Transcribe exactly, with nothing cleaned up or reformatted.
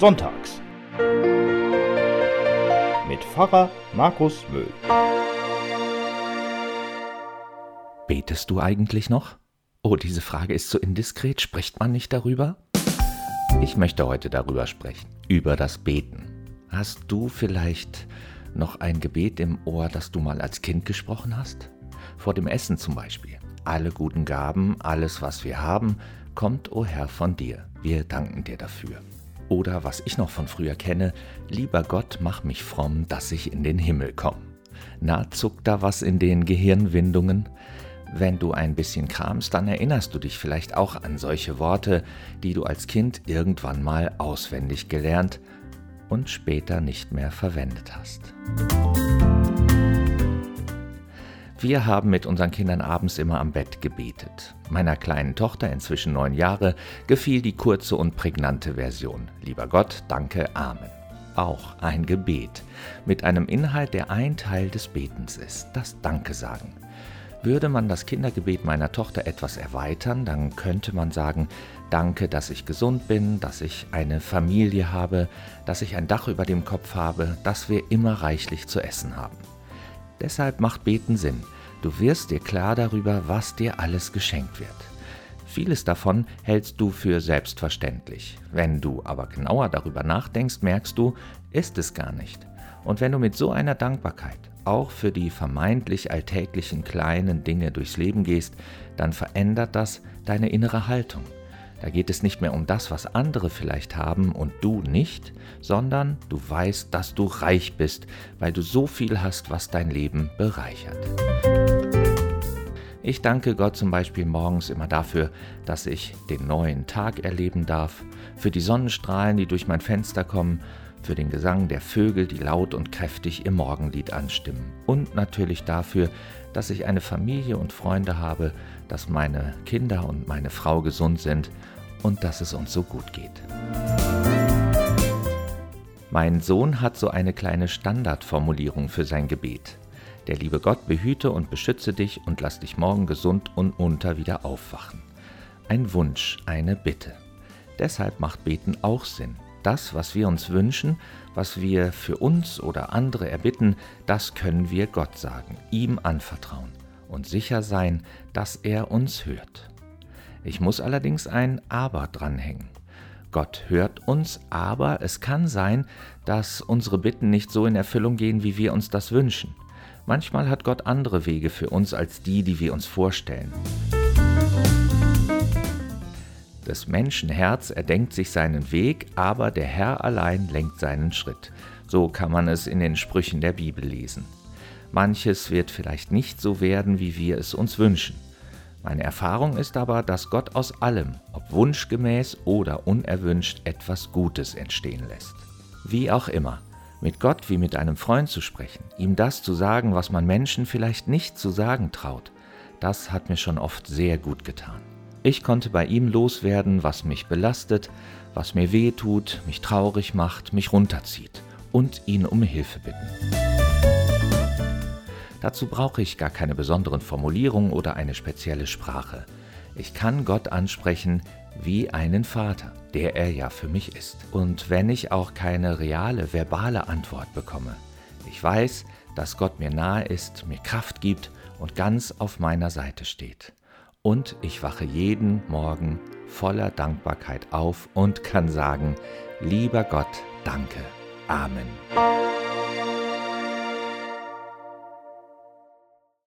Sonntags mit Pfarrer Markus Möhl. Betest du eigentlich noch? Oh, diese Frage ist so indiskret, spricht man nicht darüber? Ich möchte heute darüber sprechen, über das Beten. Hast du vielleicht noch ein Gebet im Ohr, das du mal als Kind gesprochen hast? Vor dem Essen zum Beispiel. Alle guten Gaben, alles was wir haben, kommt, o Herr, von dir. Wir danken dir dafür. Oder was ich noch von früher kenne, lieber Gott, mach mich fromm, dass ich in den Himmel komme. Na, zuckt da was in den Gehirnwindungen? Wenn du ein bisschen kramst, dann erinnerst du dich vielleicht auch an solche Worte, die du als Kind irgendwann mal auswendig gelernt und später nicht mehr verwendet hast. Wir haben mit unseren Kindern abends immer am Bett gebetet. Meiner kleinen Tochter, inzwischen neun Jahre, gefiel die kurze und prägnante Version. Lieber Gott, danke, Amen. Auch ein Gebet mit einem Inhalt, der ein Teil des Betens ist, das Danke sagen. Würde man das Kindergebet meiner Tochter etwas erweitern, dann könnte man sagen, danke, dass ich gesund bin, dass ich eine Familie habe, dass ich ein Dach über dem Kopf habe, dass wir immer reichlich zu essen haben. Deshalb macht Beten Sinn. Du wirst dir klar darüber, was dir alles geschenkt wird. Vieles davon hältst du für selbstverständlich. Wenn du aber genauer darüber nachdenkst, merkst du, ist es gar nicht. Und wenn du mit so einer Dankbarkeit auch für die vermeintlich alltäglichen kleinen Dinge durchs Leben gehst, dann verändert das deine innere Haltung. Da geht es nicht mehr um das, was andere vielleicht haben und du nicht, sondern du weißt, dass du reich bist, weil du so viel hast, was dein Leben bereichert. Ich danke Gott zum Beispiel morgens immer dafür, dass ich den neuen Tag erleben darf, für die Sonnenstrahlen, die durch mein Fenster kommen, für den Gesang der Vögel, die laut und kräftig ihr Morgenlied anstimmen. Und natürlich dafür, dass ich eine Familie und Freunde habe, dass meine Kinder und meine Frau gesund sind und dass es uns so gut geht. Mein Sohn hat so eine kleine Standardformulierung für sein Gebet. Der liebe Gott behüte und beschütze dich und lass dich morgen gesund und munter wieder aufwachen. Ein Wunsch, eine Bitte. Deshalb macht Beten auch Sinn. Das, was wir uns wünschen, was wir für uns oder andere erbitten, das können wir Gott sagen, ihm anvertrauen und sicher sein, dass er uns hört. Ich muss allerdings ein Aber dranhängen. Gott hört uns, aber es kann sein, dass unsere Bitten nicht so in Erfüllung gehen, wie wir uns das wünschen. Manchmal hat Gott andere Wege für uns als die, die wir uns vorstellen. Des Menschen Herz erdenkt sich seinen Weg, aber der Herr allein lenkt seinen Schritt. So kann man es in den Sprüchen der Bibel lesen. Manches wird vielleicht nicht so werden, wie wir es uns wünschen. Meine Erfahrung ist aber, dass Gott aus allem, ob wunschgemäß oder unerwünscht, etwas Gutes entstehen lässt. Wie auch immer, mit Gott wie mit einem Freund zu sprechen, ihm das zu sagen, was man Menschen vielleicht nicht zu sagen traut, das hat mir schon oft sehr gut getan. Ich konnte bei ihm loswerden, was mich belastet, was mir weh tut, mich traurig macht, mich runterzieht und ihn um Hilfe bitten. Dazu brauche ich gar keine besonderen Formulierungen oder eine spezielle Sprache. Ich kann Gott ansprechen wie einen Vater, der er ja für mich ist. Und wenn ich auch keine reale, verbale Antwort bekomme, ich weiß, dass Gott mir nahe ist, mir Kraft gibt und ganz auf meiner Seite steht. Und ich wache jeden Morgen voller Dankbarkeit auf und kann sagen, lieber Gott, danke. Amen.